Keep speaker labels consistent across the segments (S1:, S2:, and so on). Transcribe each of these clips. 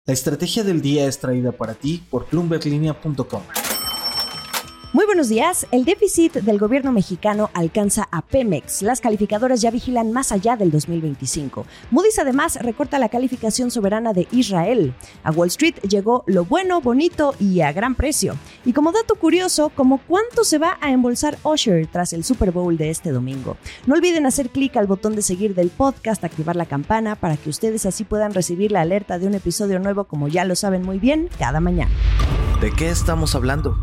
S1: La estrategia del día es traída para ti por bloomberglinea.com.
S2: Muy buenos días. El déficit del gobierno mexicano alcanza a Pemex. Las calificadoras ya vigilan más allá del 2025. Moody's además recorta la calificación soberana de Israel. A Wall Street llegó lo bueno, bonito y a gran precio. Y como dato curioso, ¿cómo cuánto se va a embolsar Usher tras el Super Bowl de este domingo? No olviden hacer clic al botón de seguir del podcast, activar la campana para que ustedes así puedan recibir la alerta de un episodio nuevo, como ya lo saben muy bien, cada mañana.
S1: ¿De qué estamos hablando?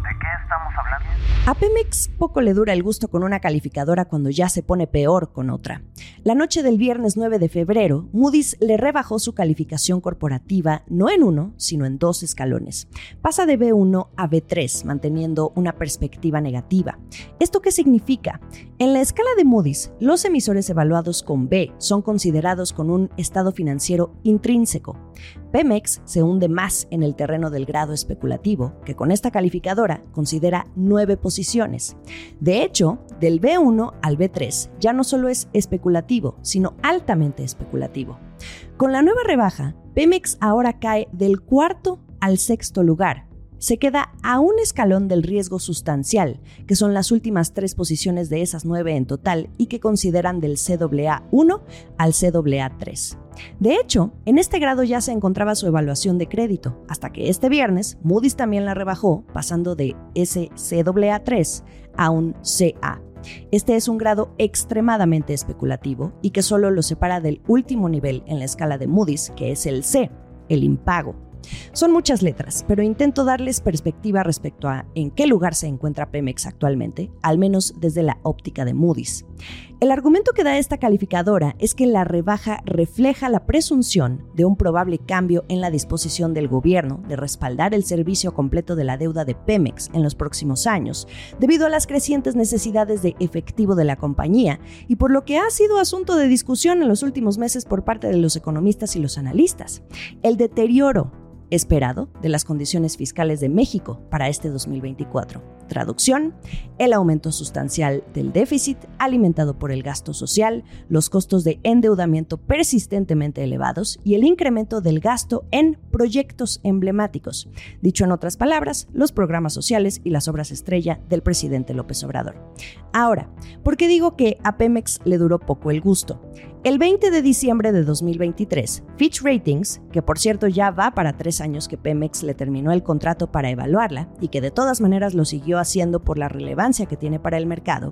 S2: A Pemex poco le dura el gusto con una calificadora cuando ya se pone peor con otra. La noche del viernes 9 de febrero, Moody's le rebajó su calificación corporativa no en 1, sino en 2 escalones. Pasa de B1 a B3, manteniendo una perspectiva negativa. ¿Esto qué significa? En la escala de Moody's, los emisores evaluados con B son considerados con un estado financiero intrínseco. Pemex se hunde más en el terreno del grado especulativo, que con esta calificadora considera 9 posiciones. De hecho, del B1 al B3 ya no solo es especulativo, sino altamente especulativo. Con la nueva rebaja, Pemex ahora cae del 4º al 6º lugar. Se queda a un escalón del riesgo sustancial, que son las últimas 3 posiciones de esas 9 en total y que consideran del CAA1 al CAA3. De hecho, en este grado ya se encontraba su evaluación de crédito, hasta que este viernes Moody's también la rebajó, pasando de ese CAA3 a un CA. Este es un grado extremadamente especulativo y que solo lo separa del último nivel en la escala de Moody's, que es el C, el impago. Son muchas letras, pero intento darles perspectiva respecto a en qué lugar se encuentra Pemex actualmente, al menos desde la óptica de Moody's. El argumento que da esta calificadora es que la rebaja refleja la presunción de un probable cambio en la disposición del gobierno de respaldar el servicio completo de la deuda de Pemex en los próximos años, debido a las crecientes necesidades de efectivo de la compañía y por lo que ha sido asunto de discusión en los últimos meses por parte de los economistas y los analistas. El deterioro esperado de las condiciones fiscales de México para este 2024. Traducción: el aumento sustancial del déficit alimentado por el gasto social, los costos de endeudamiento persistentemente elevados y el incremento del gasto en proyectos emblemáticos. Dicho en otras palabras, los programas sociales y las obras estrella del presidente López Obrador. Ahora, ¿por qué digo que a Pemex le duró poco el gusto? El 20 de diciembre de 2023, Fitch Ratings, que por cierto ya va para 3 años que Pemex le terminó el contrato para evaluarla y que de todas maneras lo siguió haciendo por la relevancia que tiene para el mercado,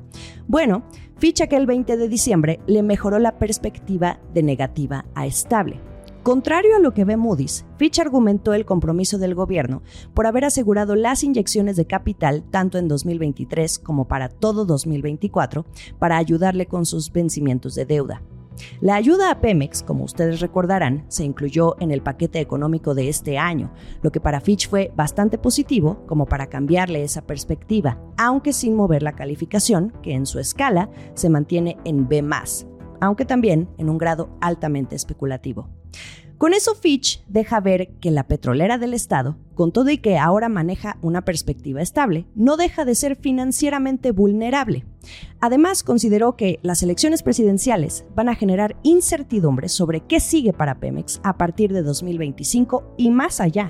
S2: Fitch aquel 20 de diciembre le mejoró la perspectiva de negativa a estable. Contrario a lo que ve Moody's, Fitch argumentó el compromiso del gobierno por haber asegurado las inyecciones de capital tanto en 2023 como para todo 2024 para ayudarle con sus vencimientos de deuda. La ayuda a Pemex, como ustedes recordarán, se incluyó en el paquete económico de este año, lo que para Fitch fue bastante positivo como para cambiarle esa perspectiva, aunque sin mover la calificación, que en su escala se mantiene en B+, aunque también en un grado altamente especulativo. Con eso Fitch deja ver que la petrolera del estado, con todo y que ahora maneja una perspectiva estable, no deja de ser financieramente vulnerable. Además, consideró que las elecciones presidenciales van a generar incertidumbre sobre qué sigue para Pemex a partir de 2025 y más allá.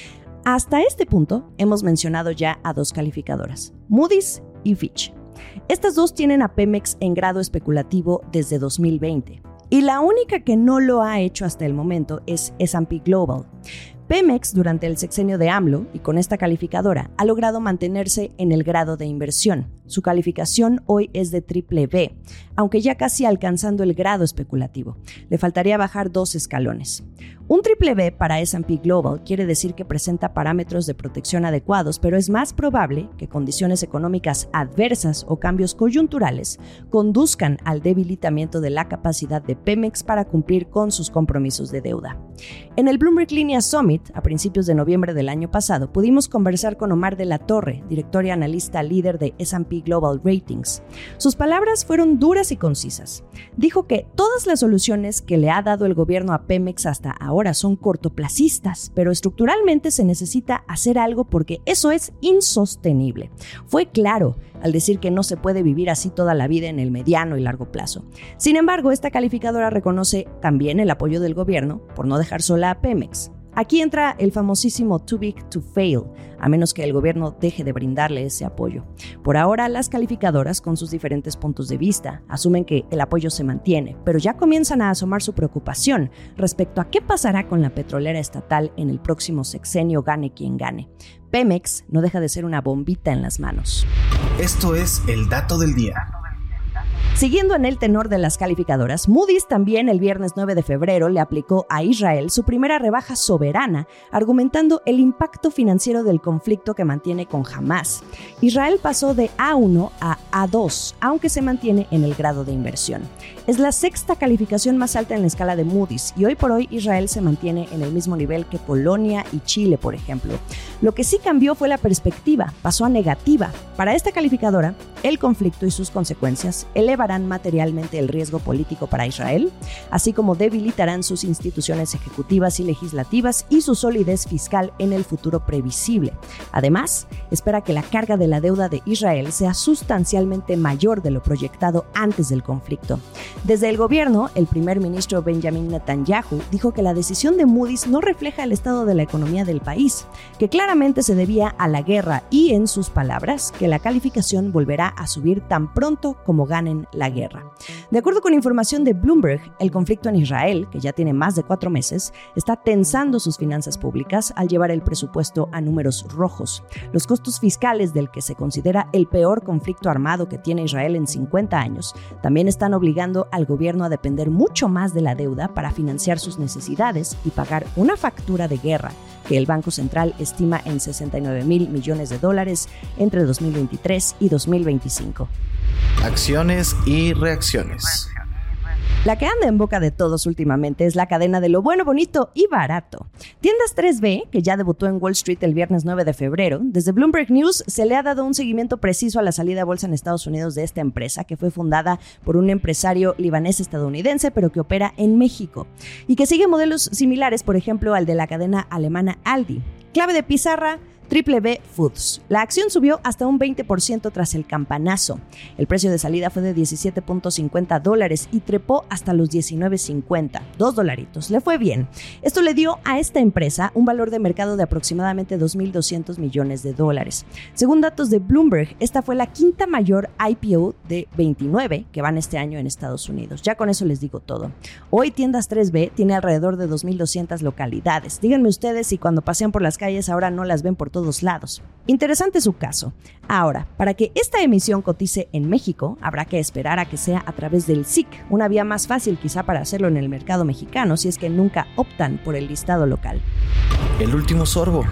S2: Hasta este punto hemos mencionado ya a 2 calificadoras, Moody's y Fitch. Estas 2 tienen a Pemex en grado especulativo desde 2020. Y la única que no lo ha hecho hasta el momento es S&P Global. Pemex, durante el sexenio de AMLO, y con esta calificadora, ha logrado mantenerse en el grado de inversión. Su calificación hoy es de BBB, aunque ya casi alcanzando el grado especulativo. Le faltaría bajar 2 escalones. Un BBB para S&P Global quiere decir que presenta parámetros de protección adecuados, pero es más probable que condiciones económicas adversas o cambios coyunturales conduzcan al debilitamiento de la capacidad de Pemex para cumplir con sus compromisos de deuda. En el Bloomberg Linea Summit, a principios de noviembre del año pasado, pudimos conversar con Omar de la Torre, director y analista líder de S&P Global Ratings. Sus palabras fueron duras y concisas. Dijo que todas las soluciones que le ha dado el gobierno a Pemex hasta ahora son cortoplacistas, pero estructuralmente se necesita hacer algo porque eso es insostenible. Fue claro al decir que no se puede vivir así toda la vida en el mediano y largo plazo. Sin embargo, esta calificadora reconoce también el apoyo del gobierno por no dejar sola a Pemex. Aquí entra el famosísimo too big to fail, a menos que el gobierno deje de brindarle ese apoyo. Por ahora, las calificadoras, con sus diferentes puntos de vista, asumen que el apoyo se mantiene, pero ya comienzan a asomar su preocupación respecto a qué pasará con la petrolera estatal en el próximo sexenio, gane quien gane. Pemex no deja de ser una bombita en las manos.
S1: Esto es el dato del día.
S2: Siguiendo en el tenor de las calificadoras, Moody's también el viernes 9 de febrero le aplicó a Israel su primera rebaja soberana, argumentando el impacto financiero del conflicto que mantiene con Hamás. Israel pasó de A1 a A2, aunque se mantiene en el grado de inversión. Es la sexta calificación más alta en la escala de Moody's y hoy por hoy Israel se mantiene en el mismo nivel que Polonia y Chile, por ejemplo. Lo que sí cambió fue la perspectiva, pasó a negativa. Para esta calificadora, el conflicto y sus consecuencias elevarán materialmente el riesgo político para Israel, así como debilitarán sus instituciones ejecutivas y legislativas y su solidez fiscal en el futuro previsible. Además, espera que la carga de la deuda de Israel sea sustancialmente mayor de lo proyectado antes del conflicto. Desde el gobierno, el primer ministro Benjamin Netanyahu dijo que la decisión de Moody's no refleja el estado de la economía del país, que claramente se debía a la guerra y, en sus palabras, que la calificación volverá a subir tan pronto como ganen la guerra. De acuerdo con información de Bloomberg, el conflicto en Israel, que ya tiene más de 4 meses, está tensando sus finanzas públicas al llevar el presupuesto a números rojos. Los costos fiscales del que se considera el peor conflicto armado que tiene Israel en 50 años también están obligando al gobierno a depender mucho más de la deuda para financiar sus necesidades y pagar una factura de guerra que el Banco Central estima en $69,000 millones entre 2023 y 2025.
S1: Acciones y reacciones.
S2: La que anda en boca de todos últimamente es la cadena de lo bueno, bonito y barato. Tiendas 3B, que ya debutó en Wall Street el viernes 9 de febrero, desde Bloomberg News se le ha dado un seguimiento preciso a la salida a bolsa en Estados Unidos de esta empresa, que fue fundada por un empresario libanés-estadounidense, pero que opera en México, y que sigue modelos similares, por ejemplo, al de la cadena alemana Aldi. Clave de pizarra: Triple B Foods. La acción subió hasta un 20% tras el campanazo. El precio de salida fue de $17.50 y trepó hasta los $19.50, $2. Le fue bien. Esto le dio a esta empresa un valor de mercado de aproximadamente $2.200 millones. Según datos de Bloomberg, esta fue la quinta mayor IPO de 29 que van este año en Estados Unidos. Ya con eso les digo todo. Hoy Tiendas 3B tiene alrededor de 2.200 localidades. Díganme ustedes si cuando pasean por las calles ahora no las ven por todos lados. Interesante su caso. Ahora, para que esta emisión cotice en México, habrá que esperar a que sea a través del SIC, una vía más fácil quizá para hacerlo en el mercado mexicano si es que nunca optan por el listado local.
S1: El último sorbo.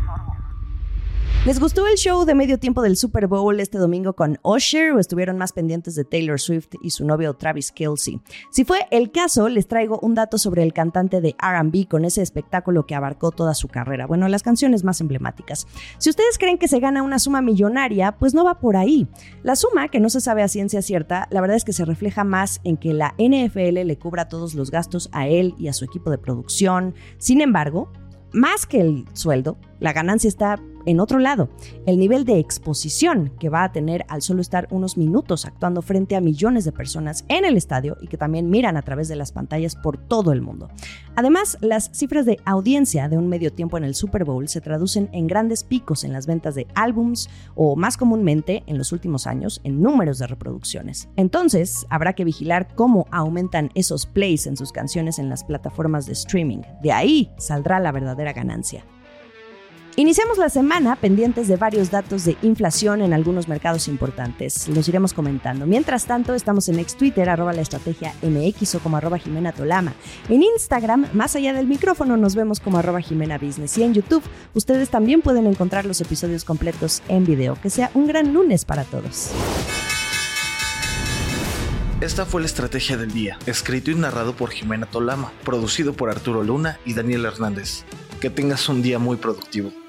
S2: ¿Les gustó el show de medio tiempo del Super Bowl este domingo con Usher o estuvieron más pendientes de Taylor Swift y su novio Travis Kelce? Si fue el caso, les traigo un dato sobre el cantante de R&B con ese espectáculo que abarcó toda su carrera. Bueno, las canciones más emblemáticas. Si ustedes creen que se gana una suma millonaria, pues no va por ahí. La suma, que no se sabe a ciencia cierta, la verdad es que se refleja más en que la NFL le cubra todos los gastos a él y a su equipo de producción. Sin embargo, más que el sueldo, la ganancia está en otro lado, el nivel de exposición que va a tener al solo estar unos minutos actuando frente a millones de personas en el estadio y que también miran a través de las pantallas por todo el mundo. Además, las cifras de audiencia de un medio tiempo en el Super Bowl se traducen en grandes picos en las ventas de álbums o, más comúnmente, en los últimos años, en números de reproducciones. Entonces, habrá que vigilar cómo aumentan esos plays en sus canciones en las plataformas de streaming. De ahí saldrá la verdadera ganancia. Iniciamos la semana pendientes de varios datos de inflación en algunos mercados importantes. Los iremos comentando. Mientras tanto, estamos en ex Twitter, @laestrategiamx o como @JimenaTolama. En Instagram, más allá del micrófono, nos vemos como @JimenaBusiness. Y en YouTube, ustedes también pueden encontrar los episodios completos en video. Que sea un gran lunes para todos.
S1: Esta fue la Estrategia del Día, escrito y narrado por Jimena Tolama, producido por Arturo Luna y Daniel Hernández. Que tengas un día muy productivo.